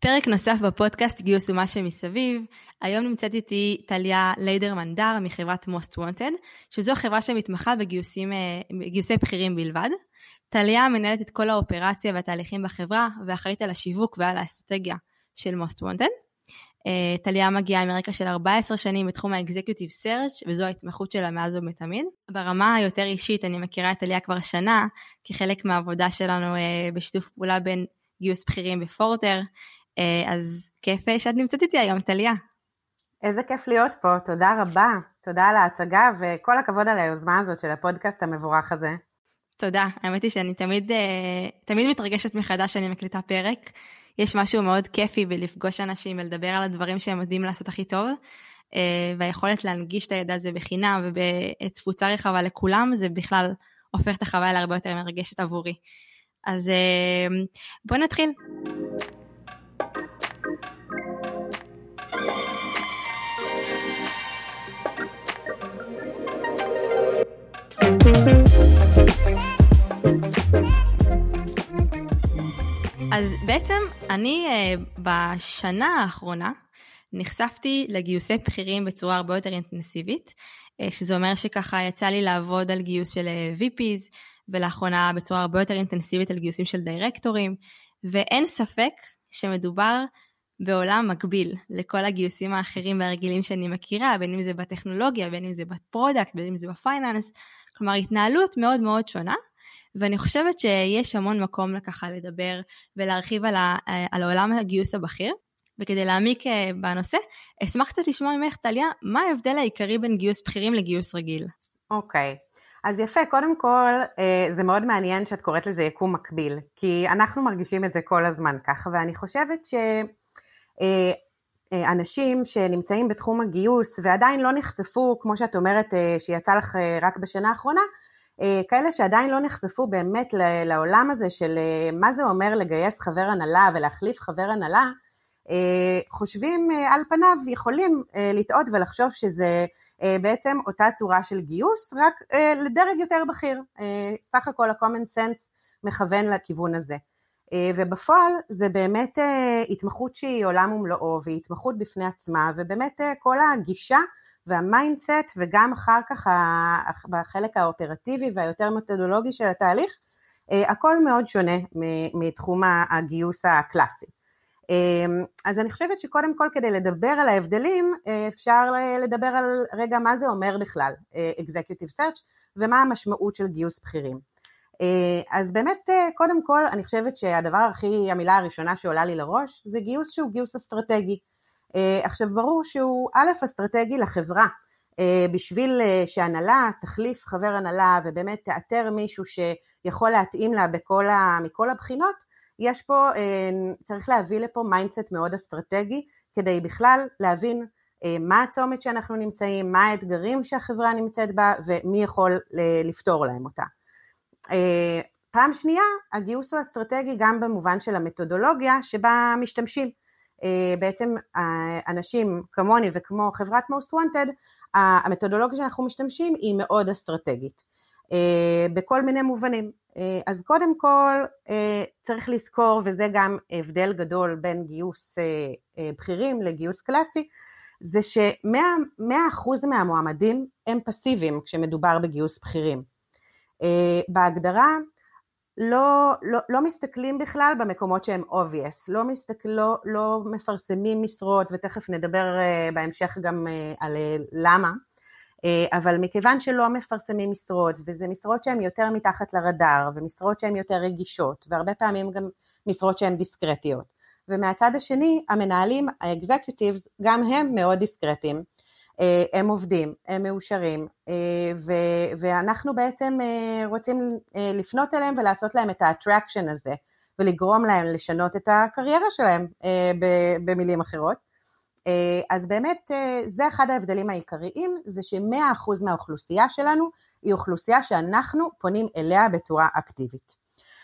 פרק נוסף בפודקאסט גיוס ומה שמסביב. היום נמצאת איתי טליה ליידרמן דר מחברת Most Wanted, שזו חברה שמתמחה בגיוסי בכירים בלבד. טליה מנהלת את כל האופרציה והתהליכים בחברה, ואחראית על השיווק ועל האסטרטגיה של Most Wanted. טליה מגיעה עם רקע של 14 שנים בתחום ה-Executive Search, וזו ההתמחות שלה מאז ומתמיד. ברמה היותר אישית, אני מכירה את טליה כבר שנה, כחלק מהעבודה שלנו בשיתוף פעולה בין גיוס בכירים בפורטר, אז כיף שאת נמצאת איתי היום, טליה. איזה כיף להיות פה, תודה רבה, תודה על ההצגה, וכל הכבוד על היוזמה הזאת של הפודקאסט המבורך הזה. תודה, האמת היא שאני תמיד מתרגשת מחדש שאני מקליטה פרק, יש משהו מאוד כיפי בלפגוש אנשים ולדבר על הדברים שהם יודעים לעשות הכי טוב, והיכולת להנגיש את הידע הזה בחינם ובתפוצה רחבה לכולם, זה בכלל הופך את החוויה להרבה יותר מרגשת עבורי. אז בואו נתחיל. אז בעצם אני בשנה האחרונה נחשפתי לגיוסי בכירים בצורה הרבה יותר אינטנסיבית, שזה אומר שככה יצא לי לעבוד על גיוס של VPs, ולאחרונה בצורה הרבה יותר אינטנסיבית על גיוסים של דירקטורים, ואין ספק שמדובר בעולם מקביל לכל הגיוסים האחרים והרגילים שאני מכירה, בין אם זה בטכנולוגיה, בין אם זה בפרודקט, בין אם זה בפייננס, כלומר התנהלות מאוד מאוד שונה, ואני חושבת שיש המון מקום לככה לדבר ולהרחיב על העולם הגיוס הבכיר, וכדי להעמיק בנושא, אשמח קצת לשמוע ממך טליה, מה ההבדל העיקרי בין גיוס בכירים לגיוס רגיל? אוקיי. אז יפה, קודם כל, זה מאוד מעניין שאת קוראת לזה יקום מקביל, כי אנחנו מרגישים את זה כל הזמן ככה, ואני חושבת שאנשים שנמצאים בתחום הגיוס, ועדיין לא נחשפו, כמו שאת אומרת, שיצא לך רק בשנה האחרונה, כאלה שעדיין לא נחשפו באמת לעולם הזה של מה זה אומר לגייס חבר הנהלה ולהחליף חבר הנהלה, חושבים על פניו, יכולים לטעות ולחשוב שזה בעצם אותה צורה של גיוס, רק לדרג יותר בכיר, סך הכל ה-common sense מכוון לכיוון הזה, ובפועל זה באמת התמחות שהיא עולם ומלואו, והיא התמחות בפני עצמה, ובאמת כל הגישה והמיינדסט, וגם אחר כך בחלק האופרטיבי והיותר מתודולוגי של התהליך, הכל מאוד שונה מתחום הגיוס הקלאסי. אז אני חושבת שקודם כל כדי לדבר על ההבדלים, אפשר לדבר על רגע מה זה אומר בכלל Executive Search, ומה המשמעות של גיוס בכירים. אז באמת קודם כל אני חושבת שהדבר המילה הראשונה שעולה לי לראש, זה גיוס שהוא גיוס אסטרטגי. עכשיו ברור שהוא א' אסטרטגי לחברה, בשביל שהנהלה תחליף חבר הנהלה, ובאמת תאתר מישהו שיכול להתאים לה מכל הבחינות, יש פה, צריך להביא לפה מיינדסט מאוד אסטרטגי, כדי בכלל להבין מה הצומת שאנחנו נמצאים, מה האתגרים שהחברה נמצאת בה, ומי יכול לפתור להם אותה. פעם שנייה, הגיוס הוא אסטרטגי גם במובן של המתודולוגיה שבה משתמשים. בעצם אנשים כמוני וכמו חברת Most Wanted, המתודולוגיה שאנחנו משתמשים היא מאוד אסטרטגית, בכל מיני מובנים. אז קודם כל צריך לזכור, וזה גם הבדל גדול בין גיוס בכירים לגיוס קלאסי, זה ש100% מהמועמדים הם פסיביים כשמדובר בגיוס בכירים. בהגדרה לא מסתכלים בכלל במקומות שהם obvious, לא מפרסמים משרות, ותכף נדבר בהמשך גם על למה, אבל מכיוון שלא מפרסמים משרות, וזה משרות שהן יותר מתחת לרדאר, ומשרות שהן יותר רגישות, והרבה פעמים גם משרות שהן דיסקרטיות, ומהצד השני המנהלים, האקזקיוטיבס, גם הם מאוד דיסקרטיים, הם עובדים, הם מאושרים, ואנחנו בעצם רוצים לפנות אליהם ולעשות להם את האטרקשן הזה, ולגרום להם לשנות את הקריירה שלהם במילים אחרות. אז באמת זה אחד ההבדלים העיקריים, זה ש100% מהאוכלוסייה שלנו היא אוכלוסייה שאנחנו פונים אליה בצורה אקטיבית.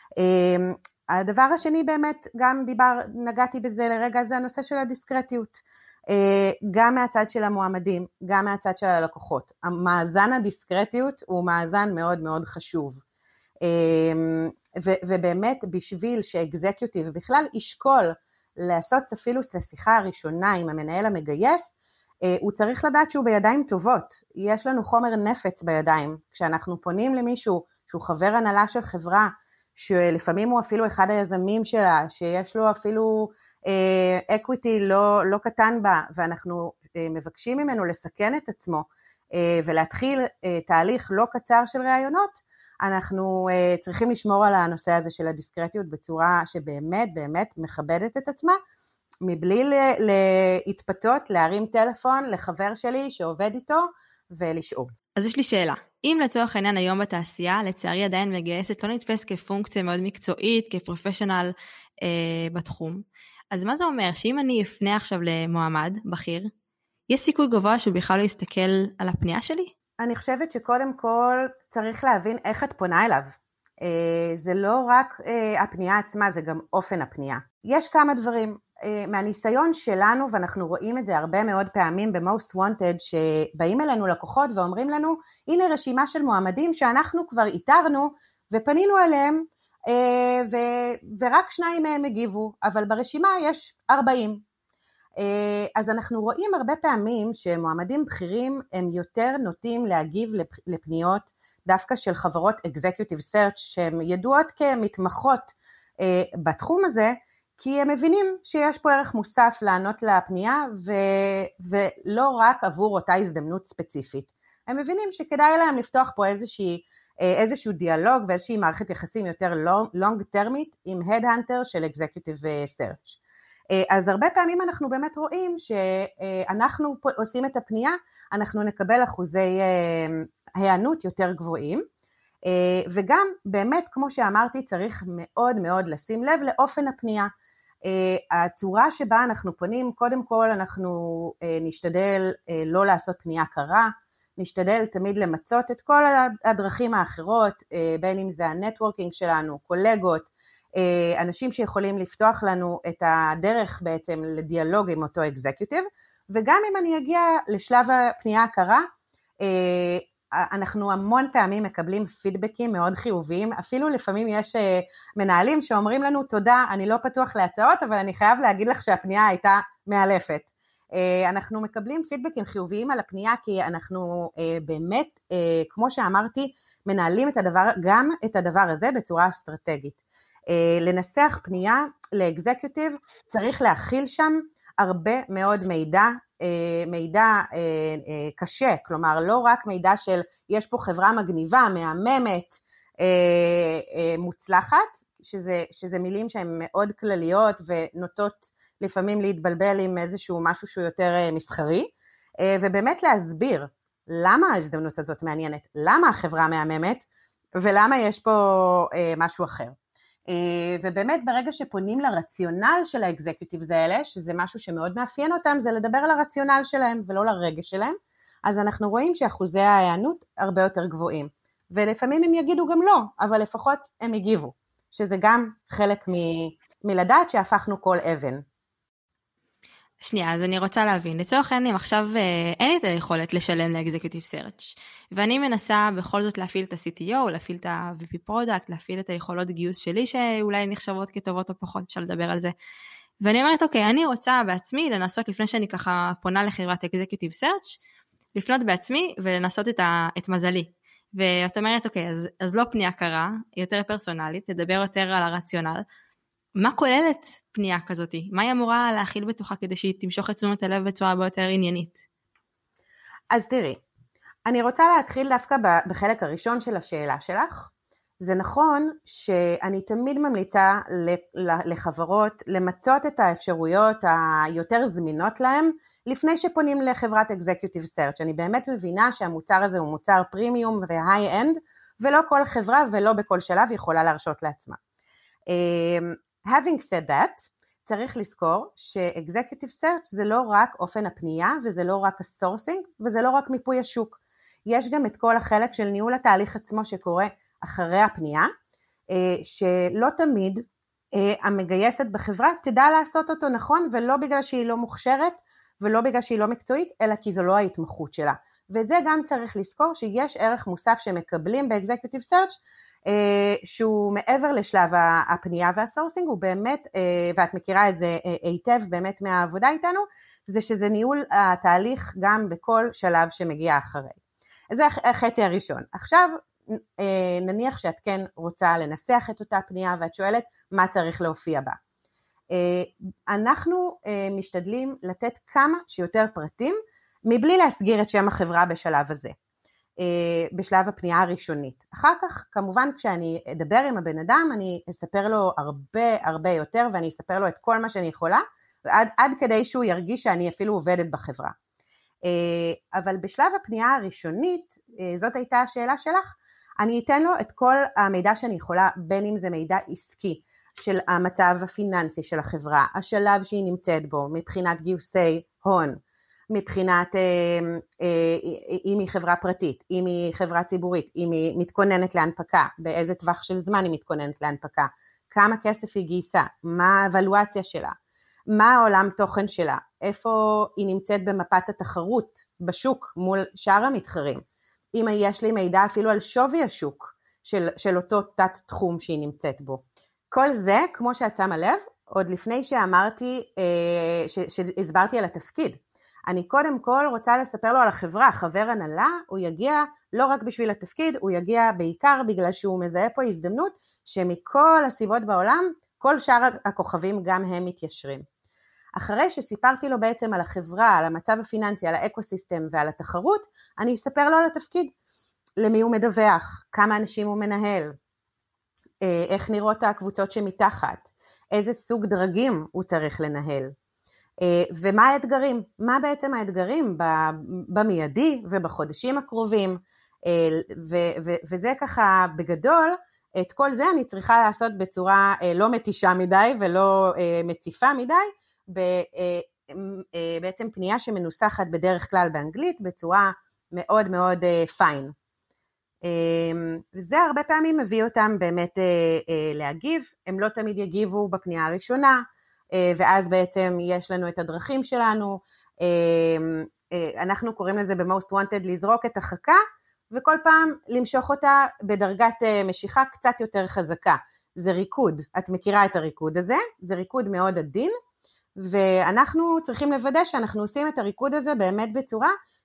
הדבר השני באמת, גם נגעתי בזה לרגע, זה הנושא של הדיסקרטיות. גם מהצד של המועמדים, גם מהצד של הלקוחות. המאזן הדיסקרטיות הוא מאזן מאוד מאוד חשוב. ובאמת בשביל שאקזקיוטיב בכלל ישקול לעשות ספילוס לשיחה הראשונה עם המנהל המגייס, הוא צריך לדעת שהוא בידיים טובות. יש לנו חומר נפץ בידיים. כשאנחנו פונים למישהו שהוא חבר הנהלה של חברה, שלפעמים הוא אפילו אחד היזמים שלה, שיש לו אפילו אקוויטי לא קטן בה, ואנחנו מבקשים ממנו לסכן את עצמו, ולהתחיל תהליך לא קצר של רעיונות, אנחנו צריכים לשמור על הנושא הזה של הדיסקרטיות בצורה שבאמת באמת מכבדת את עצמה, מבלי להתפתות, להרים טלפון לחבר שלי שעובד איתו ולשאול. אז יש לי שאלה, אם לצורך העניין היום בתעשייה, לצערי עדיין מגייסת לא נתפס כפונקציה מאוד מקצועית, כפרופשיונל בתחום, אז מה זה אומר? שאם אני אפנה עכשיו למועמד בכיר, יש סיכוי גבוה שהוא בכלל לא יסתכל על הפנייה שלי? אני חושבת שקודם כל צריך להבין איך את פונה אליו. זה לא רק הפנייה עצמה, זה גם אופן הפנייה. יש כמה דברים. מהניסיון שלנו, ואנחנו רואים את זה הרבה מאוד פעמים ב-Most Wanted, שבאים אלינו לקוחות ואומרים לנו, הנה רשימה של מועמדים שאנחנו כבר איתרנו ופנינו אליהם, ורק 2 מהם הגיבו, אבל ברשימה יש 40. אז אנחנו רואים הרבה פעמים שמועמדים בכירים הם יותר נוטים להגיב לפניות דווקא של חברות Executive Search שהן ידועות כמתמחות בתחום הזה, כי הם מבינים שיש פה ערך מוסף לענות לפנייה ולא רק עבור אותה הזדמנות ספציפית. הם מבינים שכדאי להם לפתוח פה איזשהו דיאלוג ואיזושהי מערכת יחסים יותר long termית עם Headhunter של Executive Search. אז הרבה פעמים אנחנו באמת רואים שאנחנו עושים את הפנייה, אנחנו נקבל אחוזי הענות יותר גבוהים, וגם באמת כמו שאמרתי צריך מאוד מאוד לשים לב לאופן הפנייה. הצורה שבה אנחנו פונים, קודם כל אנחנו נשתדל לא לעשות פנייה קרה, נשתדל תמיד למצות את כל הדרכים האחרות, בין אם זה הנטוורקינג שלנו, קולגות, אנשים שיכולים לפתוח לנו את הדרך בעצם לדיאלוג עם אותו אקזקיוטיב, וגם אם אני אגיע לשלב הפנייה הקרה, אנחנו המון פעמים מקבלים פידבקים מאוד חיוביים, אפילו לפעמים יש מנהלים שאומרים לנו תודה, אני לא פתוח להצעות, אבל אני חייב להגיד לך שהפנייה הייתה מאלפת. אנחנו מקבלים פידבקים חיוביים על הפנייה, כי אנחנו באמת, כמו שאמרתי, מנהלים גם את הדבר הזה בצורה אסטרטגית. לנסח פנייה לאקזקיוטיב, צריך להכיל שם הרבה מאוד מידע קשה, כלומר לא רק מידע של יש פה חברה מגניבה, מהממת, מוצלחת, שזה מילים שהן מאוד כלליות ונוטות לפעמים להתבלבל עם איזשהו משהו שהוא יותר מסחרי, ובאמת להסביר למה ההזדמנות הזאת מעניינת, למה החברה מהממת, ולמה יש פה משהו אחר. ובאמת ברגע שפונים לרציונל של האקזקיוטיבס האלה, שזה משהו שמאוד מאפיין אותם, זה לדבר על הרציונל שלהם ולא לרגש שלהם, אז אנחנו רואים שאחוזי ההיענות הרבה יותר גבוהים, ולפעמים הם יגידו גם לא, אבל לפחות הם יגיבו, שזה גם חלק מלדעת שהפכנו כל אבן. שנייה, אז אני רוצה להבין, לצורך העניין, עכשיו אין לי את היכולת לשלם לאקזקיוטיב סרצ' ואני מנסה בכל זאת להפעיל את ה-CTO, להפעיל את ה-VP פרודקט, להפעיל את היכולות גיוס שלי, שאולי נחשבות כטובות או פחות, אפשר לדבר על זה. ואני אומרת, אוקיי, אני רוצה בעצמי לנסות, לפני שאני ככה פונה לחברת אקזקיוטיב סרצ' לפנות בעצמי ולנסות את מזלי. ואת אומרת, אוקיי, אז לא פנייה קרה, יותר פרסונלית, תדבר יותר על הרציונל. מה כוללת פנייה כזאת? מה היא אמורה להכיל בתוכה כדי שהיא תמשוך את תשומת הלב בצורה הרבה יותר עניינית? אז תראי, אני רוצה להתחיל דווקא בחלק הראשון של השאלה שלך. זה נכון שאני תמיד ממליצה לחברות למצות את האפשרויות היותר זמינות להם, לפני שפונים לחברת Executive Search. אני באמת מבינה שהמוצר הזה הוא מוצר פרימיום והיי-אנד, ולא כל חברה ולא בכל שלב יכולה להרשות לעצמה. Having said that, צריך לזכור ש-Executive Search זה לא רק אופן הפנייה, וזה לא רק הסורסינג, וזה לא רק מיפוי השוק. יש גם את כל החלק של ניהול התהליך עצמו שקורה אחרי הפנייה, שלא תמיד המגייסת בחברה תדע לעשות אותו נכון, ולא בגלל שהיא לא מוכשרת, ולא בגלל שהיא לא מקצועית, אלא כי זו לא ההתמחות שלה. ואת זה גם צריך לזכור שיש ערך מוסף שמקבלים ב-Executive Search, שהוא מעבר לשלב הפנייה והסורסינג, הוא באמת, ואת מכירה את זה היטב באמת מהעבודה איתנו, זה שזה ניהול התהליך גם בכל שלב שמגיע אחרי. זה החצי הראשון. עכשיו נניח שאת כן רוצה לנסח את אותה פנייה ואת שואלת מה צריך להופיע בה. אנחנו משתדלים לתת כמה שיותר פרטים מבלי להסגיר את שם החברה בשלב הזה, בשלב הפנייה הראשונית. אחר כך כמובן כשאני אדבר עם הבן אדם אני אספר לו הרבה יותר ואני אספר לו את כל מה שאני יכולה עד כדי שהוא ירגיש שאני אפילו עובדת בחברה. אבל בשלב הפנייה הראשונית, זאת הייתה השאלה שלך, אני אתן לו את כל המידע שאני יכולה, בין אם זה מידע עסקי, של המצב הפיננסי של החברה, השלב שהיא נמצאת בו, מבחינת גיוסי הון, מבחינת אם היא חברה פרטית, אם היא חברה ציבורית, אם היא מתכוננת להנפקה, באיזה טווח של זמן היא מתכוננת להנפקה, כמה כסף היא גייסה, מה האבלואציה שלה, מה העולם תוכן שלה, איפה היא נמצאת במפת התחרות בשוק מול שאר המתחרים, אם יש לי מידע אפילו על שווי השוק של אותו תת תחום שהיא נמצאת בו. כל זה, כמו שאת שמה לב, עוד לפני שאמרתי, שהסברתי על התפקיד. אני קודם כל רוצה לספר לו על החברה, חבר הנהלה, הוא יגיע לא רק בשביל התפקיד, הוא יגיע בעיקר בגלל שהוא מזהה פה הזדמנות, שמכל הסיבות בעולם, כל שאר הכוכבים גם הם מתיישרים. אחרי שסיפרתי לו בעצם על החברה, על המצב הפיננסי, על האקוסיסטם ועל התחרות, אני אספר לו על התפקיד, למי הוא מדווח, כמה אנשים הוא מנהל, איך נראות הקבוצות שמתחת, איזה סוג דרגים הוא צריך לנהל, ומה האתגרים, מה בעצם האתגרים במיידי ובחודשים הקרובים, וזה ככה בגדול, את כל זה אני צריכה לעשות בצורה לא מתישה מדי ולא מציפה מדי, בעצם פנייה שמנוסחת בדרך כלל באנגלית בצורה מאוד מאוד פיין. וזה הרבה פעמים מביא אותם באמת להגיב, הם לא תמיד יגיבו בפנייה הראשונה, ואז בעצם יש לנו את הדרכים שלנו, אנחנו קוראים לזה ב-Most Wanted לזרוק את החכה, וכל פעם למשוך אותה בדרגת משיכה קצת יותר חזקה, זה ריקוד, את מכירה את הריקוד הזה, זה ריקוד מאוד עדין, ואנחנו צריכים לוודא שאנחנו עושים את הריקוד הזה באמת בצורה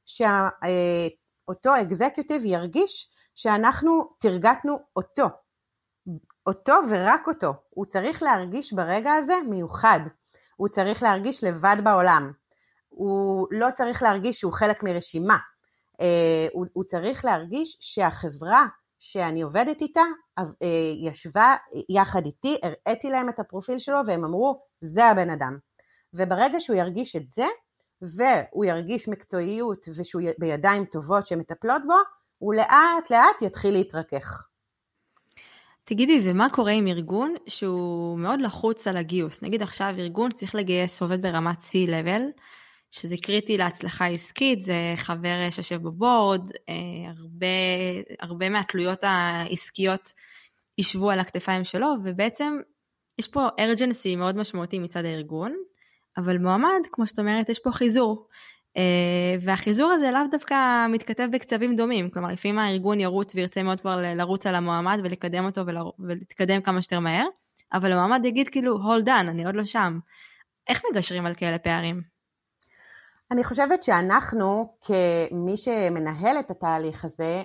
שאותו אקזקיוטיב ירגיש שאנחנו תרגטנו אותו ורק אותו, הוא צריך להרגיש ברגע הזה מיוחד, הוא צריך להרגיש לבד בעולם, הוא לא צריך להרגיש שהוא חלק מרשימה, הוא צריך להרגיש שהחברה שאני עובדת איתה, ישבה יחד איתי, הראיתי להם את הפרופיל שלו והם אמרו זה הבן אדם, וברגע שהוא ירגיש את זה, והוא ירגיש מקצועיות ושהוא בידיים טובות שמטפלות בו, הוא לאט לאט יתחיל להתרכך. תגידי, ומה קורה עם ארגון שהוא מאוד לחוץ על הגיוס? נגיד עכשיו ארגון צריך לגייס עובד ברמת C-Level, שזה קריטי להצלחה עסקית, זה חבר שיושב בבורד, הרבה מהתלויות העסקיות ישבו על הכתפיים שלו, ובעצם יש פה urgency מאוד משמעותי מצד הארגון, אבל מועמד, כמו שאת אומרת, יש פה חיזור, והחיזור הזה לאו דווקא מתכתב בקצבים דומים, כלומר לפעמים הארגון ירוץ וירצה מאוד כבר לרוץ על המועמד ולקדם אותו ולהתקדם כמה שיותר מהר, אבל המועמד יגיד כאילו hold on, אני עוד לא שם. איך מגשרים על כאלה פערים? אני חושבת שאנחנו כמי שמנהל את התהליך הזה,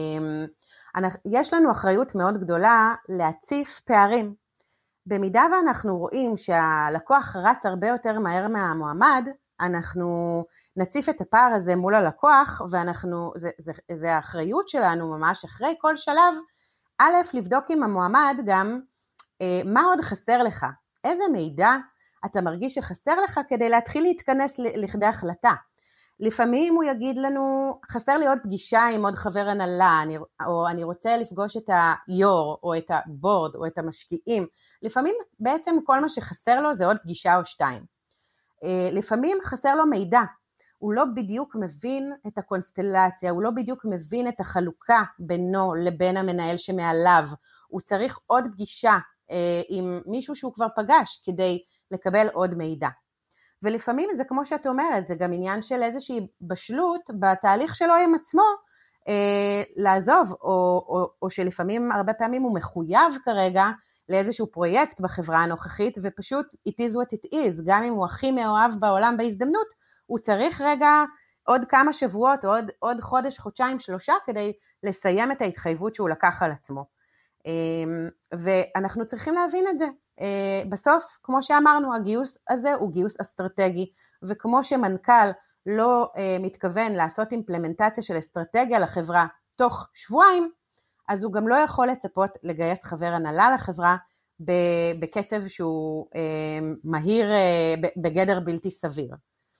יש לנו אחריות מאוד גדולה להציף פערים. במידה ואנחנו רואים שהלקוח רץ הרבה יותר מהר מהמועמד, אנחנו נציף את הפער הזה מול הלקוח, זה האחריות שלנו ממש אחרי כל שלב, א', לבדוק עם המועמד גם מה עוד חסר לך, איזה מידע אתה מרגיש שחסר לך כדי להתחיל להתכנס לכדי החלטה. לפעמים הוא יגיד לנו, חסר לי עוד פגישה עם עוד חבר הנהלה, או אני רוצה לפגוש את היו"ר, או את הבורד, או את המשקיעים. לפעמים בעצם כל מה שחסר לו זה עוד פגישה או שתיים. לפעמים חסר לו מידע, הוא לא בדיוק מבין את הקונסטלציה, הוא לא בדיוק מבין את החלוקה בינו לבין המנהל שמעליו, הוא צריך עוד פגישה עם מישהו שהוא כבר פגש כדי לקבל עוד מידע. ולפעמים זה כמו שאת אומרת, זה גם עניין של איזושהי בשלות בתהליך שלו עם עצמו, לעזוב, או שלפעמים, הרבה פעמים הוא מחויב כרגע לאיזשהו פרויקט בחברה הנוכחית, ופשוט it is what it is, גם אם הוא הכי מאוהב בעולם בהזדמנות, הוא צריך רגע עוד כמה שבועות, או עוד חודש, חודשיים, 3, כדי לסיים את ההתחייבות שהוא לקח על עצמו. ואנחנו צריכים להבין את זה. בסוף, כמו שאמרנו, הגיוס הזה הוא גיוס אסטרטגי, וכמו שמנכ"ל לא מתכוון לעשות אימפלמנטציה של אסטרטגיה לחברה תוך שבועיים, אז הוא גם לא יכול לצפות לגייס חבר הנהלה לחברה בקצב שהוא מהיר, בגדר בלתי סביר.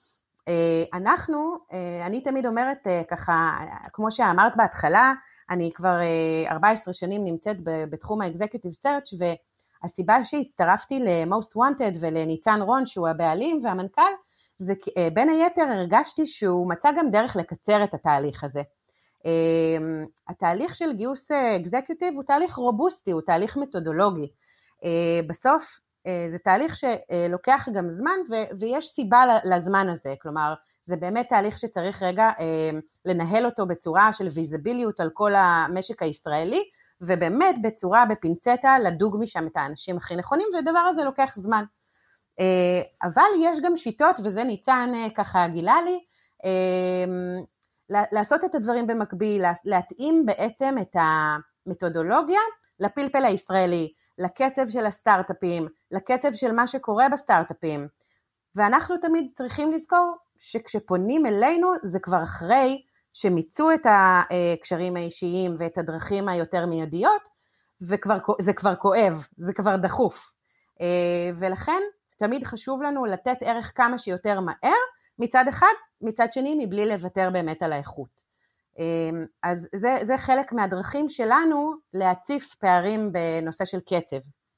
אני תמיד אומרת ככה, כמו שאמרת בהתחלה, אני כבר 14 שנים נמצאת בתחום ה-Executive Search, והסיבה שהצטרפתי ל-Most Wanted ולניצן רון, שהוא הבעלים והמנכ"ל, זה בין היתר הרגשתי שהוא מצא גם דרך לקצר את התהליך הזה. התהליך של גיוס אקזקיוטיב הוא תהליך רובוסטי, הוא תהליך מתודולוגי. בסוף זה תהליך שלוקח גם זמן, ויש סיבה לזמן הזה, כלומר זה באמת תהליך שצריך רגע לנהל אותו בצורה של ויזיביליות על כל המשק הישראלי, ובאמת בצורה בפינצטה לדוג משם את האנשים הכי נכונים, והדבר הזה לוקח זמן. אבל יש גם שיטות, וזה ניצן ככה גילה לי, לעשות את הדברים במקביל, להתאים בעצם את המתודולוגיה לפלפל הישראלי, לקצב של הסטארט-אפים, לקצב של מה שקורה בסטארט-אפים, ואנחנו תמיד צריכים לזכור שכשפונים אלינו זה כבר אחרי שמיצו את הקשרים האישיים ואת הדרכים היותר מיידיות, וזה כבר כואב, זה כבר דחוף, ולכן תמיד חשוב לנו לתת ערך כמה שיותר מהר, מצד אחד, מצד שני, מבלי לוותר באמת על האיכות. אז זה חלק מהדרכים שלנו להציף פערים בנושא של קצב.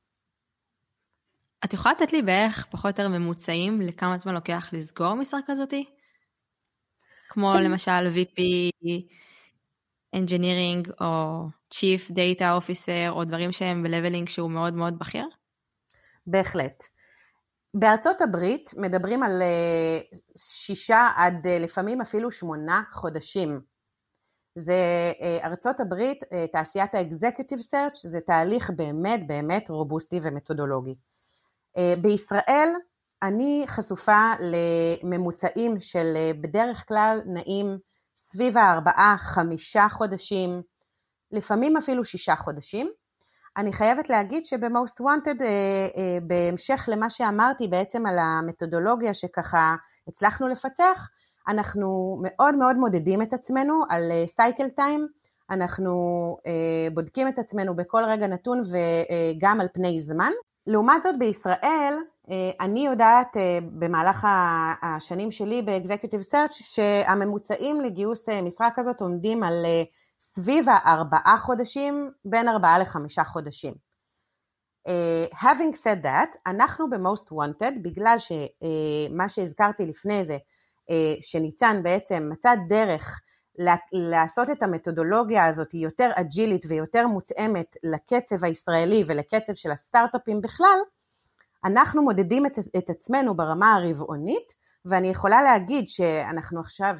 את יכולה לתת לי בערך פחות או יותר ממוצעים לכמה זמן לוקח לסגור משרה כזאתי? כמו כן. למשל VP Engineering או Chief Data Officer או דברים שהם בלבלינג שהוא מאוד מאוד בכיר? בהחלט. בארצות הברית מדברים על 6 עד לפעמים אפילו 8 חודשים. זה ארצות הברית, תעשיית ה-Executive Search, זה תהליך באמת באמת רובוסטי ומתודולוגי. בישראל אני חשופה לממוצעים של בדרך כלל נעים סביב 4-5 חודשים, לפעמים אפילו 6 חודשים. אני חייבת להגיד שבמוסט וונטד, בהמשך למה שאמרתי בעצם על המתודולוגיה שככה הצלחנו לפתח, אנחנו מאוד מאוד מודדים את עצמנו על סייקל טיים, אנחנו בודקים את עצמנו בכל רגע נתון וגם על פני זמן. לעומת זאת בישראל, אני יודעת במהלך השנים שלי ב-Executive Search, שהממוצעים לגיוס משרה כזאת עומדים על סביב 4 חודשים, בין 4 ל5 חודשים. Having said that, אנחנו ב-Most Wanted, בגלל שמה שהזכרתי לפני זה, שניצן בעצם מצא דרך לעשות את המתודולוגיה הזאת יותר אג'ילית ויותר מותאמת לקצב הישראלי ולקצב של הסטארט-אפים בכלל, אנחנו מודדים את עצמנו ברמה הרבעונית, ואני יכולה להגיד שאנחנו עכשיו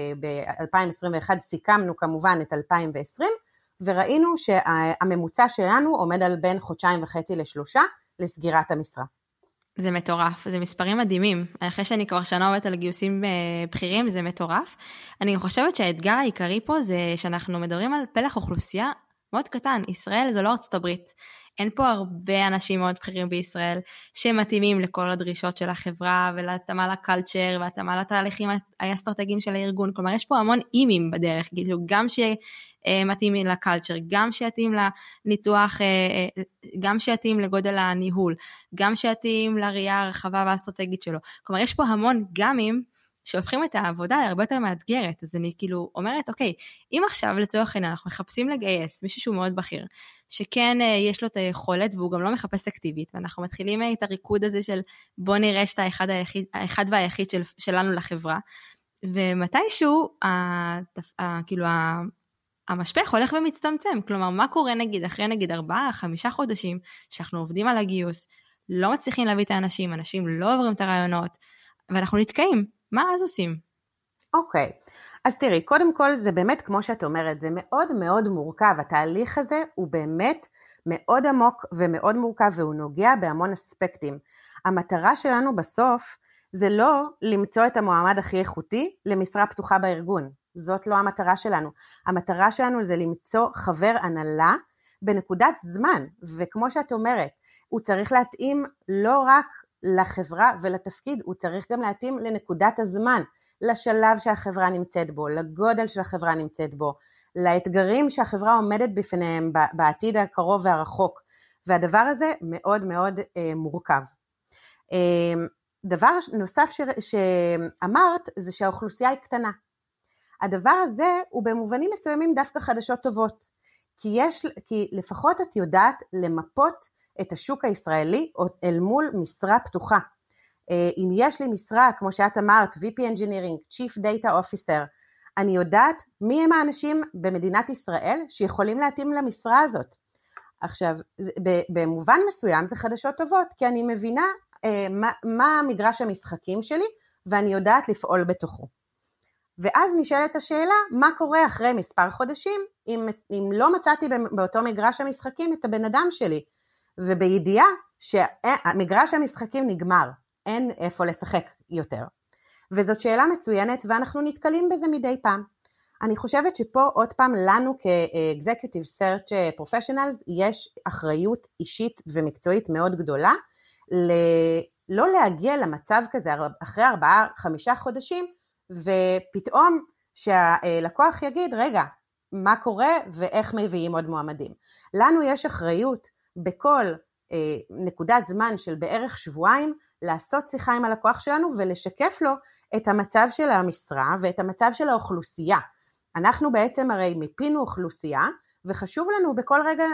ב-2021 סיכמנו כמובן את 2020, וראינו שהממוצע שלנו עומד על בין 1.5 ל3 לסגירת המשרה. זה מטורף, זה מספרים מדהימים. אחרי שאני כבר שנה עובדת על גיוסים בכירים, זה מטורף. אני חושבת שהאתגר העיקרי פה זה שאנחנו מדברים על פלח אוכלוסייה מאוד קטן. ישראל זה לא ארצות הברית. אין פה הרבה אנשים מאוד בכירים בישראל שמתאימים לכל הדרישות של החברה ולהתאמה לקלצ'ר והתאמה לתהליכים האסטרטגיים של הארגון. כלומר, יש פה המון אימים בדרך, גם שמתאים לקלצ'ר, גם שיתאים לניתוח, גם שיתאים לגודל הניהול, גם שיתאים לראייה הרחבה והאסטרטגית שלו. כלומר, יש פה המון גמים שהופכים את העבודה להרבה יותר מאתגרת. אז אני כאילו אומרת, אוקיי, אם עכשיו לצורך העניין אנחנו מחפשים לגייס מישהו שהוא מאוד בכיר, שכן יש לו את היכולת והוא גם לא מחפש אקטיבית, ואנחנו מתחילים את הריקוד הזה של בוא נראה שאתה האחד והיחיד שלנו לחברה, ומתישהו כאילו המשפך הולך ומצטמצם. כלומר, מה קורה נגיד אחרי נגיד 4-5 חודשים שאנחנו עובדים על הגיוס, לא מצליחים להביא את האנשים, אנשים לא עוברים את הרעיונות, ואנחנו נתקעים. מה אז עושים? אוקיי, אז תראי, קודם כל זה באמת כמו שאת אומרת, זה מאוד מאוד מורכב, התהליך הזה הוא באמת מאוד עמוק ומאוד מורכב, והוא נוגע בהמון אספקטים. המטרה שלנו בסוף זה לא למצוא את המועמד הכי איכותי למשרה פתוחה בארגון, זאת לא המטרה שלנו. המטרה שלנו זה למצוא חבר הנהלה בנקודת זמן, וכמו שאת אומרת, הוא צריך להתאים לא רק לחברה ולתפקיד, הוא צריך גם להתאים לנקודת הזמן, לשלב שהחברה נמצאת בו, לגודל שהחברה נמצאת בו, לאתגרים שהחברה עומדת בפניהם בעתיד הקרוב והרחוק, והדבר הזה מאוד מאוד מורכב. דבר נוסף שאמרת זה שהאוכלוסייה היא קטנה. הדבר הזה הוא במובנים מסוימים דווקא חדשות טובות, כי לפחות את יודעת למפות את השוק הישראלי אל מול משרה פתוחה. אם יש לי משרה, כמו שאת אמרת, VP Engineering, Chief Data Officer, אני יודעת מי הם האנשים במדינת ישראל שיכולים להתאים למשרה הזאת. עכשיו, במובן מסוים זה חדשות טובות, כי אני מבינה מה מגרש המשחקים שלי, ואני יודעת לפעול בתוכו. ואז נשאלת השאלה, מה קורה אחרי מספר חודשים, אם לא מצאתי באותו מגרש המשחקים את הבן אדם שלי, ובידיעה שמגרש המשחקים נגמר, אין איפה לשחק יותר. וזאת שאלה מצוינת, ואנחנו נתקלים בזה מדי פעם. אני חושבת שפה עוד פעם לנו כ-Executive Search Professionals, יש אחריות אישית ומקצועית מאוד גדולה, לא להגיע למצב כזה אחרי 4-5 חודשים, ופתאום שהלקוח יגיד, רגע, מה קורה ואיך מביאים עוד מועמדים. לנו יש אחריות בכל נקודת זמן של בערך שבועיים, לעשות שיחה עם הלקוח שלנו ולשקף לו את המצב של המשרה ואת המצב של האוכלוסייה. אנחנו בעצם הרי מיפינו אוכלוסייה, וחשוב לנו בכל רגע,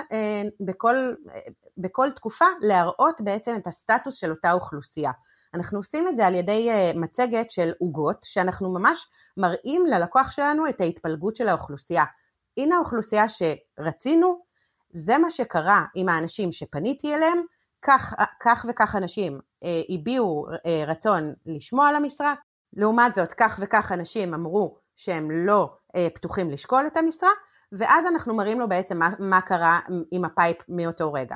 בכל תקופה, להראות בעצם את הסטטוס של אותה אוכלוסייה. אנחנו עושים את זה על ידי מצגת של עוגות, שאנחנו ממש מראים ללקוח שלנו את ההתפלגות של האוכלוסייה. הנה האוכלוסייה שרצינו, זה מה שקרה עם האנשים שפניתי אליהם, כך וכך אנשים הביעו רצון לשמוע על המשרה, לעומת זאת כך וכך אנשים אמרו שהם לא פתוחים לשקול את המשרה, ואז אנחנו מראים לו בעצם מה קרה עם הפייפ מאותו רגע.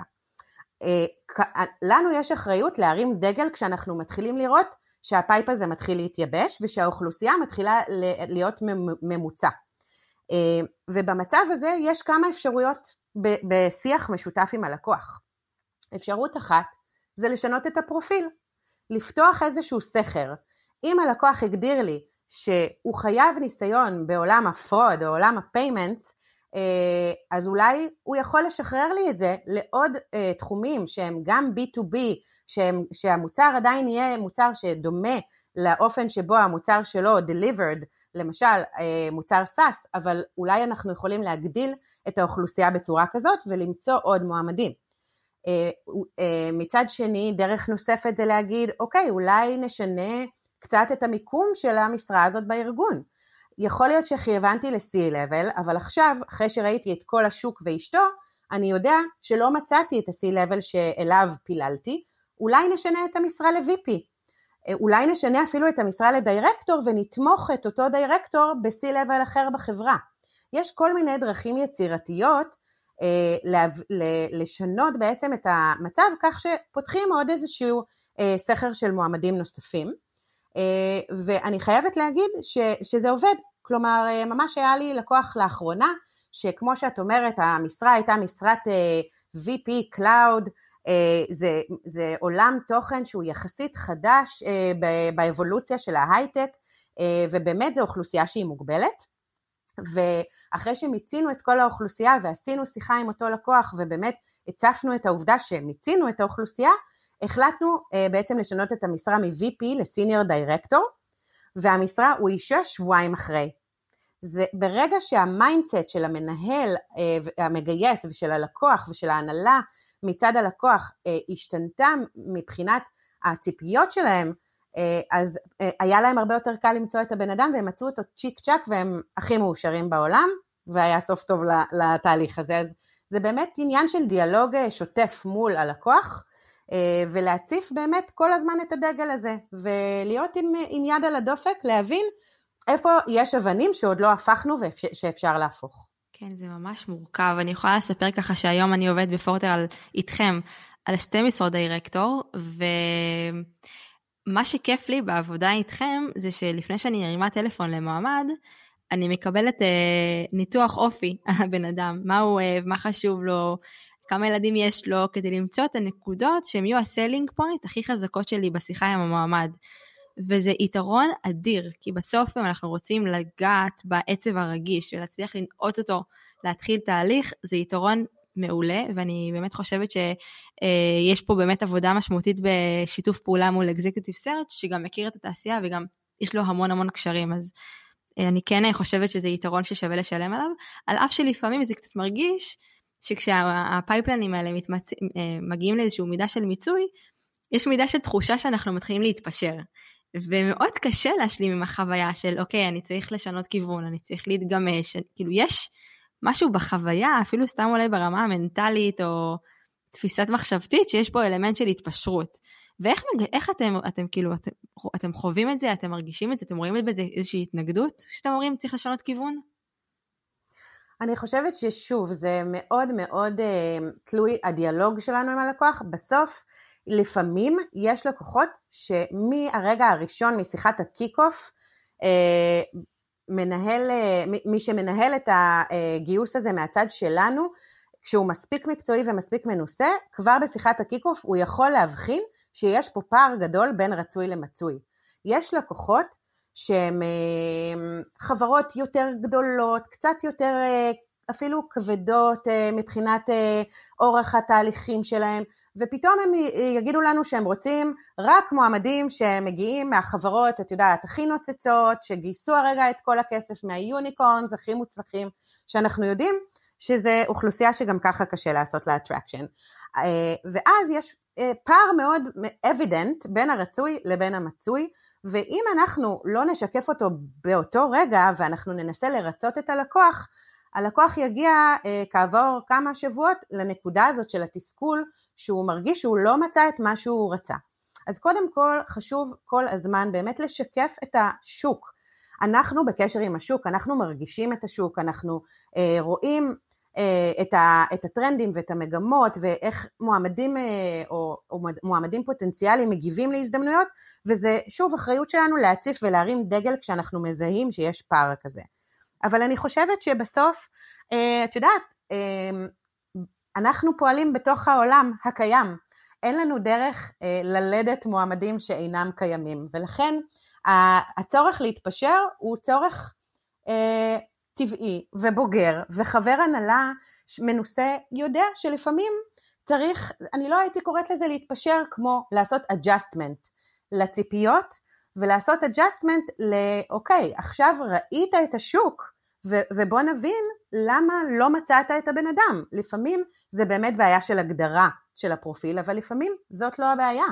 לנו יש אחריות להרים דגל כשאנחנו מתחילים לראות שהפייפ הזה מתחיל להתייבש, ושהאוכלוסייה מתחילה להיות ממוצע. ובמצב הזה יש כמה אפשרויות בשיח משותף עם הלקוח. אפשרות אחת זה לשנות את הפרופיל, לפתוח איזשהו סכר. אם הלקוח הגדיר לי שהוא חייב ניסיון בעולם הפרוד או עולם הפיימנטס, אז אולי הוא יכול לשחרר לי את זה לעוד תחומים שהם גם B2B, שהמוצר עדיין יהיה מוצר שדומה לאופן שבו המוצר שלו delivered, למשל מוצר SaaS, אבל אולי אנחנו יכולים להגדיל את האוכלוסייה בצורה כזאת ולמצוא עוד מועמדים. מצד שני, דרך נוספת זה להגיד, אוקיי, אולי נשנה קצת את המיקום של המשרה הזאת בארגון. יכול להיות שכיוונתי ל-C-Level, אבל עכשיו, אחרי שראיתי את כל השוק ואשתו, אני יודע שלא מצאתי את ה-C-Level שאליו פיללתי, אולי נשנה את המשרה ל-VP, אולי נשנה אפילו את המשרה לדירקטור, ונתמוך את אותו דירקטור ב-C-Level אחר בחברה. יש כל מיני דרכים יצירתיות, לשנות בעצם את המצב, כך שפותחים עוד איזשהו סכר של מועמדים נוספים, ואני חייבת להגיד שזה עובד. כלומר, ממש היה לי לקוח לאחרונה, שכמו שאת אומרת, המשרה הייתה משרת VP Cloud, זה עולם תוכן שהוא יחסית חדש באבולוציה של ההייטק, ובאמת זו אוכלוסייה שהיא מוגבלת, ואחרי שמיצינו את כל האוכלוסייה ועשינו שיחה עם אותו לקוח, ובאמת הצפנו את העובדה שמיצינו את האוכלוסייה, החלטנו בעצם לשנות את המשרה מ-VP לסיניור דירקטור, והמשרה הוא אישה שבועיים אחרי. זה ברגע שהמיינדסט של המנהל המגייס ושל הלקוח ושל ההנהלה מצד הלקוח השתנתה מבחינת הציפיות שלהם, אז היה להם הרבה יותר קל למצוא את הבן אדם, והם מצאו אותו צ'יק צ'ק, והם הכי מאושרים בעולם, והיה סוף טוב לתהליך הזה. אז זה באמת עניין של דיאלוג שוטף מול הלקוח, ולהציף באמת כל הזמן את הדגל הזה, ולהיות עם יד על הדופק, להבין איפה יש אבנים שעוד לא הפכנו ושאפשר להפוך. כן, זה ממש מורכב. אני יכולה לספר ככה שהיום אני עובדת בפורטר איתכם על 2 משרות דירקטור, ומה שכיף לי בעבודה איתכם זה שלפני שאני ארימה טלפון למועמד, אני מקבלת ניתוח אופי על הבן אדם, מה הוא אוהב, מה חשוב לו, כמה ילדים יש לו, כדי למצוא את הנקודות שהם יהיו הסלינג פוינט הכי חזקות שלי בשיחה עם המועמד. וזה יתרון אדיר, כי בסוף אם אנחנו רוצים לגעת בעצב הרגיש ולהצליח לנעוץ אותו, להתחיל תהליך, זה יתרון מעולה, ואני באמת חושבת שיש פה באמת עבודה משמעותית בשיתוף פעולה מול Executive Search, שגם מכיר את התעשייה וגם יש לו המון המון קשרים, אז אני כן חושבת שזה יתרון ששווה לשלם עליו, על אף שלפעמים זה קצת מרגיש, שכשהפייפלנים האלה מגיעים לאיזשהו מידה של מיצוי, יש מידה של תחושה שאנחנו מתחילים להתפשר, ומאוד קשה להשלים עם החוויה של, אוקיי, אני צריך לשנות כיוון, אני צריך להתגמש, כאילו יש משהו בחוויה, אפילו סתם אולי ברמה המנטלית, או תפיסת מחשבתית, שיש פה אלמנט של התפשרות. ואיך אתם כאילו, אתם חווים את זה, אתם מרגישים את זה, אתם רואים את זה איזושהי התנגדות, שאתם אומרים, צריך לשנות כיוון? אני חושבת ששוב, זה מאוד מאוד תלוי הדיאלוג שלנו עם הלקוח, בסוף, לפעמים יש לקוחות שמהרגע הראשון משיחת הקיק-אוף, מי שמנהל את הגיוס הזה מהצד שלנו, כשהוא מספיק מקצועי ומספיק מנוסה, כבר בשיחת הקיק-אוף הוא יכול להבחין שיש פה פער גדול בין רצוי למצוי. יש לקוחות שהן חברות יותר גדולות, קצת יותר אפילו כבדות מבחינת אורך התהליכים שלהם, ופתאום הם יגידו לנו שהם רוצים רק מועמדים שמגיעים מהחברות, את יודעת, הכי נוצצות, שגייסו הרגע את כל הכסף מהיוניקורנס, הכי מוצלחים, שאנחנו יודעים שזה אוכלוסייה שגם ככה קשה לעשות לה attraction. ואז יש פער מאוד evident בין הרצוי לבין המצוי, ואם אנחנו לא נשקף אותו באותו רגע, ואנחנו ננסה לרצות את הלקוח, הלקוח יגיע כעבור כמה שבועות לנקודה הזאת של התסכול, שהוא מרגיש שהוא לא מצא את מה שהוא רצה. אז קודם כל חשוב כל הזמן באמת לשקף את השוק. אנחנו בקשר עם השוק, אנחנו מרגישים את השוק, אנחנו רואים את הטרנדים ואת המגמות, ואיך מועמדים או מועמדים פוטנציאליים מגיבים להזדמנויות, וזה שוב אחריות שלנו להציף ולהרים דגל כשאנחנו מזהים שיש פער כזה. אבל אני חושבת שבסוף, את יודעת, אנחנו פועלים בתוך העולם הקיים, אין לנו דרך ללדת מועמדים שאינם קיימים, ולכן הצורך להתפשר הוא צורך טבעי ובוגר, וחבר הנהלה מנוסה יודע שלפעמים צריך, אני לא הייתי קוראת לזה להתפשר, כמו לעשות adjustment לציפיות, ולעשות adjustment אוקיי, עכשיו ראית את השוק, ובוא נבין למה לא מצאת את הבן אדם. לפעמים זה באמת בעיה של הגדרה של הפרופיל, אבל לפעמים זאת לא הבעיה.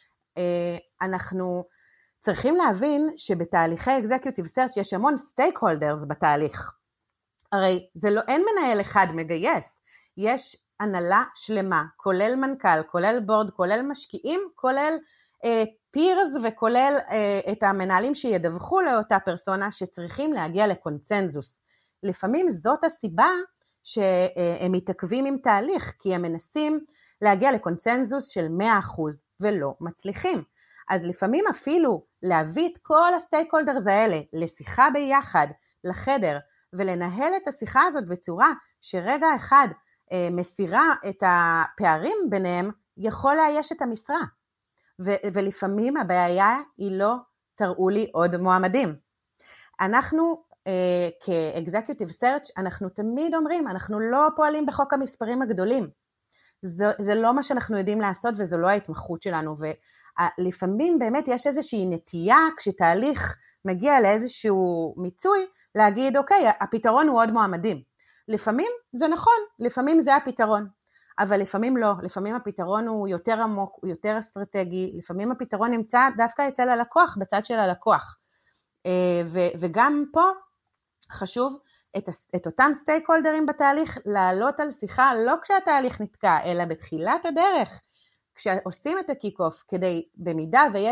אנחנו צריכים להבין שבתהליכי Executive Search יש המון stakeholders בתהליך. הרי אין מנהל אחד מגייס, יש הנהלה שלמה, כולל מנכ"ל, כולל בורד, כולל משקיעים, כולל פירס וכולל את המנהלים שידווחו לאותה פרסונה שצריכים להגיע לקונצנזוס. לפעמים זאת הסיבה שהם מתעכבים עם תהליך, כי הם מנסים להגיע לקונצנזוס של 100% ולא מצליחים. אז לפעמים אפילו להביא את כל הסטייקולדרס האלה לשיחה ביחד, לחדר, ולנהל את השיחה הזאת בצורה שרגע אחד מסירה את הפערים ביניהם, יכול לאייש את המשרה. ולפעמים הבעיה היא לא תראו לי עוד מועמדים. אנחנו כ-Executive Search, אנחנו תמיד אומרים, אנחנו לא פועלים בחוק המספרים הגדולים. זה לא מה שאנחנו יודעים לעשות, וזו לא ההתמחות שלנו. ולפעמים באמת יש איזושהי נטייה, כשתהליך מגיע לאיזשהו מיצוי, להגיד, אוקיי, הפתרון הוא עוד מועמדים. לפעמים זה נכון, לפעמים זה הפתרון. אבל לפעמים לא, לפעמים הפתרון הוא יותר עמוק, הוא יותר אסטרטגי, לפעמים הפתרון נמצא דווקא אצל הלקוח, בצד של הלקוח. וגם פה חשוב את אותם סטייקהולדרים בתהליך, לעלות על שיחה לא כשהתהליך נתקע, אלא בתחילת הדרך, כשעושים את הקיק-אוף, כדי במידה ויש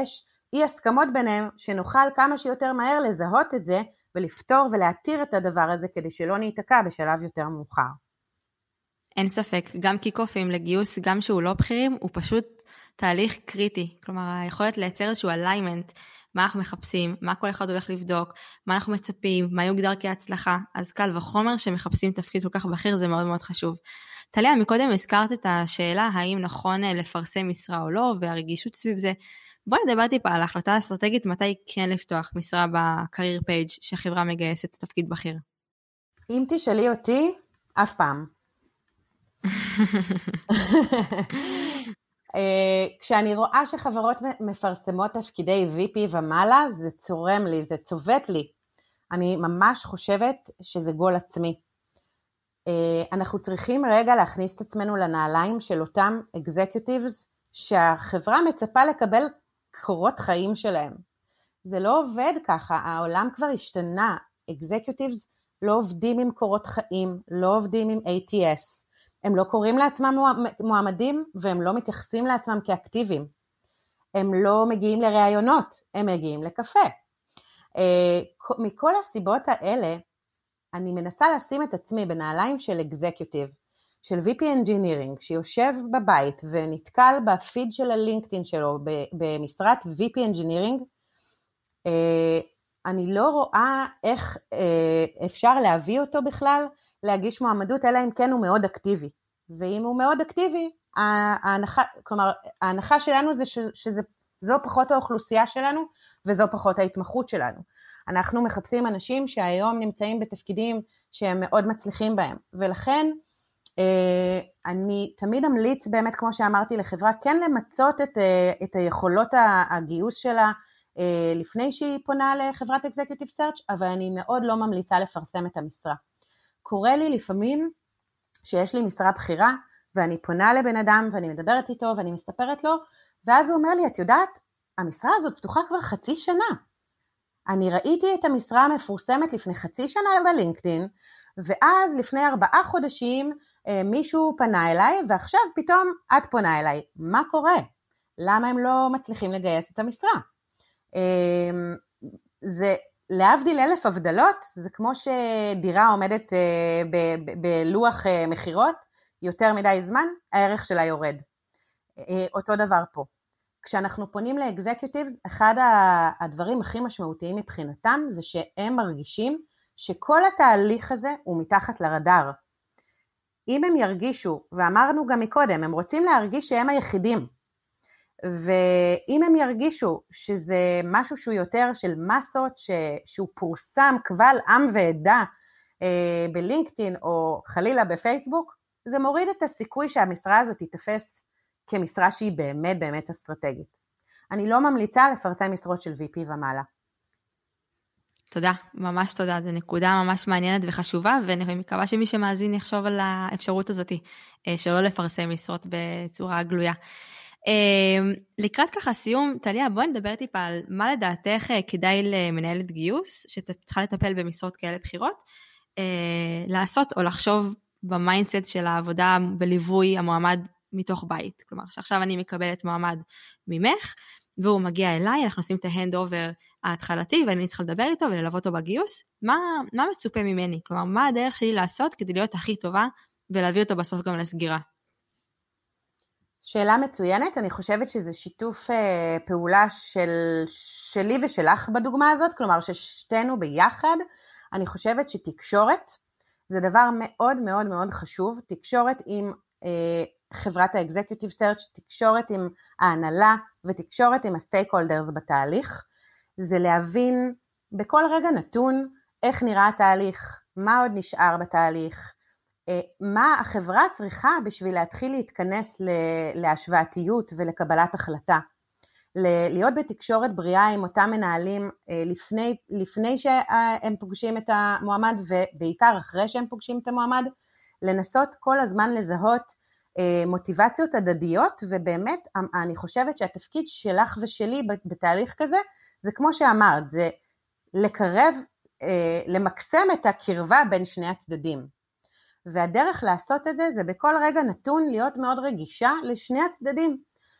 אי הסכמות ביניהם, שנוכל כמה שיותר מהר לזהות את זה, ולפתור ולהתיר את הדבר הזה, כדי שלא ניתקע בשלב יותר מאוחר. אין ספק, גם קיק-אופים לגיוס, גם שהוא לא בכירים, הוא פשוט תהליך קריטי. כלומר, היכולת לייצר איזשהו alignment, מה אנחנו מחפשים, מה כל אחד הולך לבדוק, מה אנחנו מצפים, מה יוגדר כהצלחה, אז קל וחומר שמחפשים תפקיד כל כך בכיר, זה מאוד מאוד חשוב. טליה, מקודם הזכרת את השאלה, האם נכון לפרסם משרה או לא, והרגישות סביב זה. בואי נדבר טיפה על ההחלטה האסטרטגית, מתי כן לפתוח משרה בקרייר פייג' שהחברה מגייסת תפקיד בכיר. אם תשאלי אותי, אף פעם. כשאני רואה שחברות מפרסמות תפקידי VP ומעלה, זה צורם לי, זה צובט לי. אני ממש חושבת שזה גול עצמי. אנחנו צריכים רגע להכניס את עצמנו לנעליים של אותם executives, שהחברה מצפה לקבל קורות חיים שלהם. זה לא עובד ככה, העולם כבר השתנה. executives לא עובדים עם קורות חיים, לא עובדים עם ATS. הם לא קוראים לעצמם מועמדים, והם לא מתייחסים לעצמם כאקטיביים. הם לא מגיעים לראיונות, הם מגיעים לקפה. מכל הסיבות האלה, אני מנסה לשים את עצמי בנעליים של אקזקיוטיב, של VP Engineering, שיושב בבית ונתקל בפיד של הלינקדאין שלו, במשרת VP Engineering, אני לא רואה איך אפשר להביא אותו בכלל, להגיש מועמדות, אלא אם כן הוא מאוד אקטיבי. ואם הוא מאוד אקטיבי, ההנחה שלנו זה שזו פחות האוכלוסייה שלנו, וזו פחות ההתמחות שלנו. אנחנו מחפשים אנשים שהיום נמצאים בתפקידים שהם מאוד מצליחים בהם. ולכן, אני תמיד אמליץ באמת, כמו שאמרתי לחברה, כן למצות את היכולות הגיוס שלה, לפני שהיא פונה לחברת Executive Search, אבל אני מאוד לא ממליצה לפרסם את המשרה. קורה לי לפעמים שיש לי משרה בחירה, ואני פונה לבן אדם, ואני מדברת איתו, ואני מספרת לו, ואז הוא אומר לי, את יודעת, המשרה הזאת פתוחה כבר חצי שנה. אני ראיתי את המשרה המפורסמת לפני חצי שנה בלינקדאין, ואז לפני 4 חודשים מישהו פנה אליי, ועכשיו פתאום את פונה אליי. מה קורה? למה הם לא מצליחים לגייס את המשרה? זה להבדיל 1000 הבדלות, זה כמו שדירה עומדת בלוח מחירות, יותר מדי זמן, הערך שלה יורד. אותו דבר פה. כשאנחנו פונים לאקזקיוטיבס, אחד הדברים הכי משמעותיים מבחינתם, זה שהם מרגישים שכל התהליך הזה הוא מתחת לרדאר. אם הם ירגישו, ואמרנו גם מקודם, הם רוצים להרגיש שהם היחידים, ואם הם ירגישו שזה משהו שהוא יותר של מסות, שהוא פורסם קבל עם ועדה בלינקדאין או חלילה בפייסבוק, זה מוריד את הסיכוי שהמשרה הזאת תתפס כמשרה שהיא באמת באמת אסטרטגית. אני לא ממליצה לפרסם משרות של VP ומעלה. תודה, ממש תודה, זו נקודה ממש מעניינת וחשובה, ואני מקווה שמי שמאזין יחשוב על האפשרות הזאת, שלא לפרסם משרות בצורה גלויה. לקראת ככה סיום, טליה, בואי נדבר טיפה על מה לדעתך כדאי למנהלת גיוס, שצריכה לטפל במשרות כאלה בחירות, לעשות או לחשוב במיינדסט של העבודה בליווי המועמד מתוך בית. כלומר, שעכשיו אני מקבלת מועמד ממך, והוא מגיע אליי, אנחנו עושים את ההנד-אובר ההתחלתי, ואני צריכה לדבר איתו וללוות אותו בגיוס. מה מצופה ממני? כלומר, מה הדרך שלי לעשות כדי להיות הכי טובה, ולהביא אותו בסוף גם לסגירה? שאלה מצוינת, אני חושבת שזה שיתוף פעולה שלי ושלך בדוגמה הזאת, כלומר ששתינו ביחד. אני חושבת שתקשורת זה דבר מאוד מאוד מאוד חשוב, תקשורת עם חברת ה-Executive Search, תקשורת עם ההנהלה ותקשורת עם ה-Stakeholders בתהליך, זה להבין בכל רגע נתון איך נראה התהליך, מה עוד נשאר בתהליך, מה החברה צריכה בשביל להתחיל להתכנס להשוואתיות ולקבלת החלטה. להיות בתקשורת בריאה עם אותם מנהלים לפני שהם פוגשים את המועמד, ובעיקר אחרי שהם פוגשים את המועמד, לנסות כל הזמן לזהות מוטיבציות הדדיות, ובאמת אני חושבת שהתפקיד שלך ושלי בתהליך כזה, זה כמו שאמרת, זה לקרב, למקסם את הקרבה בין שני הצדדים. והדרך לעשות את זה, זה בכל רגע נתון להיות מאוד רגישה לשני הצדדים,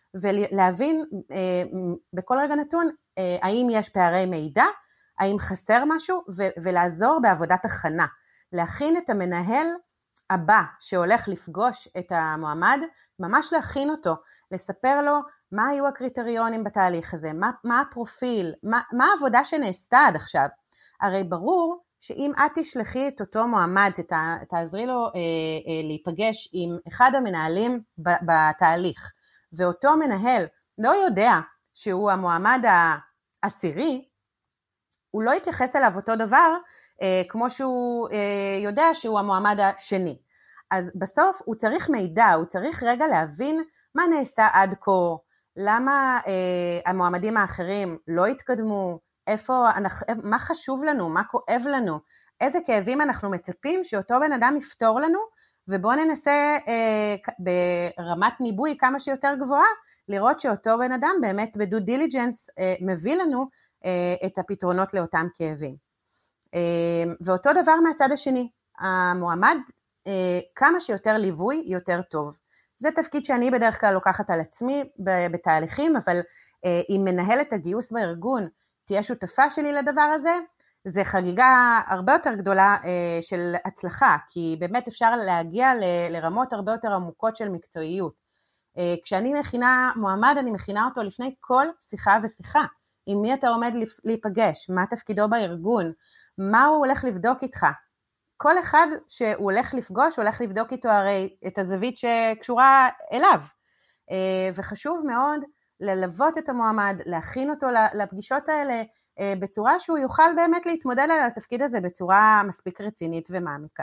ולהבין בכל רגע נתון, האם יש פערי מידע, האם חסר משהו, ולעזור בעבודת הכנה, להכין את המנהל הבא שהולך לפגוש את המועמד, ממש להכין אותו, לספר לו מה היו הקריטריונים בתהליך הזה, מה הפרופיל, מה העבודה שנעשתה עד עכשיו. הרי ברור שאם את תשלחי את אותו מועמד, תעזרי לו להיפגש עם אחד המנהלים בתהליך, ואותו מנהל לא יודע שהוא המועמד העשירי, הוא לא יתייחס אליו אותו דבר, כמו שהוא יודע שהוא המועמד השני. אז בסוף הוא צריך מידע, הוא צריך רגע להבין מה נעשה עד כה, למה המועמדים האחרים לא התקדמו, מה חשוב לנו, מה כואב לנו, איזה כאבים אנחנו מצפים שאותו בן אדם יפתור לנו, ובואו ננסה ברמת ניבוי כמה שיותר גבוהה, לראות שאותו בן אדם באמת בדו דיליג'נס מביא לנו את הפתרונות לאותם כאבים. ואותו דבר מהצד השני, המועמד כמה שיותר ליווי יותר טוב. זה תפקיד שאני בדרך כלל לוקחת על עצמי בתהליכים, אבל אם מנהלת הגיוס בארגון תהיה שותפה שלי לדבר הזה, זה חגיגה הרבה יותר גדולה של הצלחה, כי באמת אפשר להגיע לרמות הרבה יותר עמוקות של מקצועיות. כשאני מכינה מועמד, אני מכינה אותו לפני כל שיחה ושיחה. עם מי אתה עומד להיפגש, מה תפקידו בארגון, מה הוא הולך לבדוק איתך. כל אחד שהוא הולך לפגוש, הוא הולך לבדוק איתו הרי את הזווית שקשורה אליו. וחשוב מאוד ללוות את המועמד, להכין אותו לפגישות האלה, בצורה שהוא יוכל באמת להתמודד על התפקיד הזה בצורה מספיק רצינית ומעמיקה.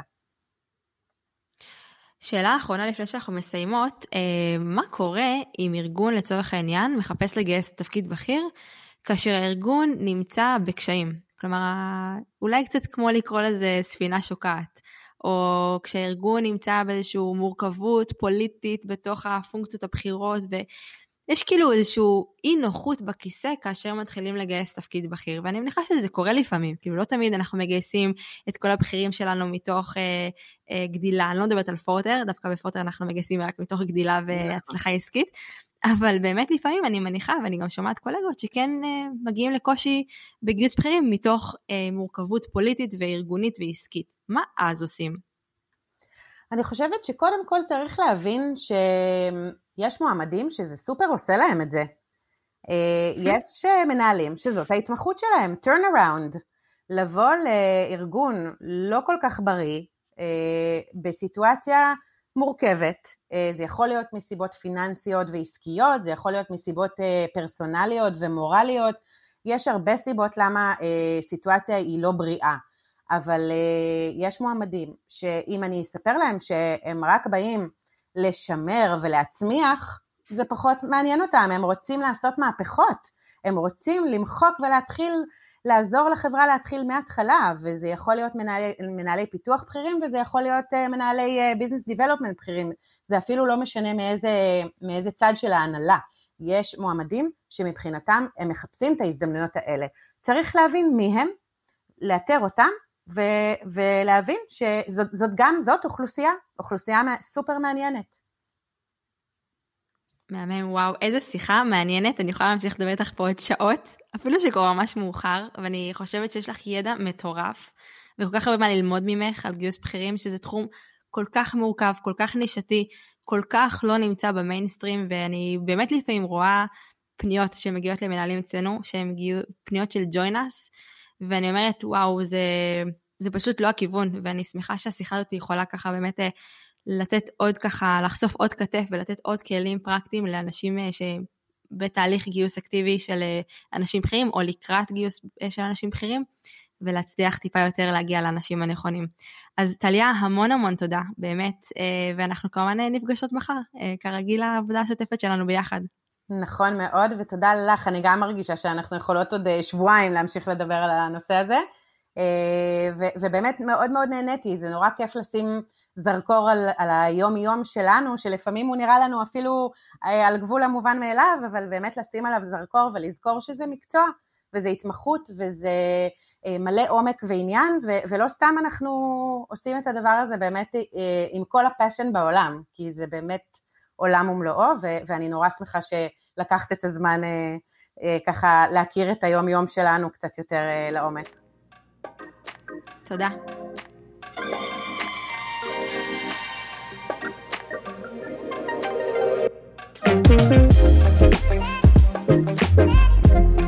שאלה האחרונה לפני שאנחנו מסיימות, מה קורה אם ארגון לצורך העניין מחפש לגייס תפקיד בכיר, כאשר הארגון נמצא בקשיים? כלומר, אולי קצת כמו לקרוא לזה ספינה שוקעת, או כשהארגון נמצא באיזושהי מורכבות פוליטית בתוך הפונקציות הבחירות, ויש כאילו איזשהו אי נוחות בכיסא כאשר מתחילים לגייס תפקיד בכיר, ואני מניחה שזה קורה לפעמים, כאילו לא תמיד אנחנו מגייסים את כל הבכירים שלנו מתוך גדילה, אני לא מדברת על פורטר, דווקא בפורטר אנחנו מגייסים רק מתוך גדילה והצלחה עסקית, אבל באמת לפעמים אני מניחה, ואני גם שומעת קולגות שכן מגיעים לקושי בגיוס בכירים מתוך מורכבות פוליטית וארגונית ועסקית. מה אז עושים? אני חושבת שקודם כל צריך להבין שיש מועמדים שזה סופר עושה להם את זה. יש מנהלים שזאת ההתמחות שלהם, turn around, לבוא לארגון לא כל כך בריא, בסיטואציה מורכבת, זה יכול להיות מסיבות פיננסיות ועסקיות, זה יכול להיות מסיבות פרסונליות ומורליות, יש הרבה סיבות למה סיטואציה היא לא בריאה, אבל יש מועמדים שאם אני אספר להם שהם רק באים לשמר ולהצמיח, זה פחות מעניין אותם, הם רוצים לעשות מהפכות, הם רוצים למחוק ולהתחיל לעזור לחברה להתחיל מההתחלה, וזה יכול להיות מנהלי פיתוח בכירים, וזה יכול להיות מנהלי ביזנס דיבלופמנט בכירים, זה אפילו לא משנה מאיזה צד של ההנהלה. יש מועמדים שמבחינתם הם מחפשים את ההזדמנויות האלה. צריך להבין מי הם, לאתר אותם, ולהבין שזאת אוכלוסייה סופר מעניינת. מהמם, וואו, איזה שיחה מעניינת, אני יכולה להמשיך לדבר איתך פה עוד שעות, אפילו שקורה ממש מאוחר, ואני חושבת שיש לך ידע מטורף, וכל כך הרבה מה ללמוד ממך על גיוס בכירים, שזה תחום כל כך מורכב, כל כך נישתי, כל כך לא נמצא במיינסטרים, ואני באמת לפעמים רואה פניות שמגיעות למנהלים אצלנו, שהן פניות של join us, ואני אומרת, וואו, זה פשוט לא הכיוון, ואני שמחה שהשיחה הזאת יכולה ככה באמת לתת עוד ככה, לחשוף עוד כתף ולתת עוד כלים פרקטיים לאנשים שבתהליך גיוס אקטיבי של אנשים בכירים, או לקראת גיוס של אנשים בכירים, ולהצליח טיפה יותר להגיע לאנשים הנכונים. אז טליה, המון תודה, באמת, ואנחנו כמובן נפגשות מחר, כרגיל העבודה השוטפת שלנו ביחד. נכון מאוד, ותודה לך, אני גם מרגישה שאנחנו יכולות עוד שבועיים להמשיך לדבר על הנושא הזה, ובאמת מאוד נהניתי, זה נורא כיף לשים זרקור על היום יום שלנו, שלפעמים הוא נראה לנו אפילו על גבול המובן מאליו, אבל באמת לשים עליו זרקור ולזכור שזה מקצוע, וזה התמחות, וזה מלא עומק ועניין, ולא סתם אנחנו עושים את הדבר הזה באמת עם כל הפשן בעולם, כי זה באמת עולם ומלואו, ואני נורא שמחה שלקחת את הזמן ככה להכיר את היום יום שלנו קצת יותר לעומק. תודה. Thank you.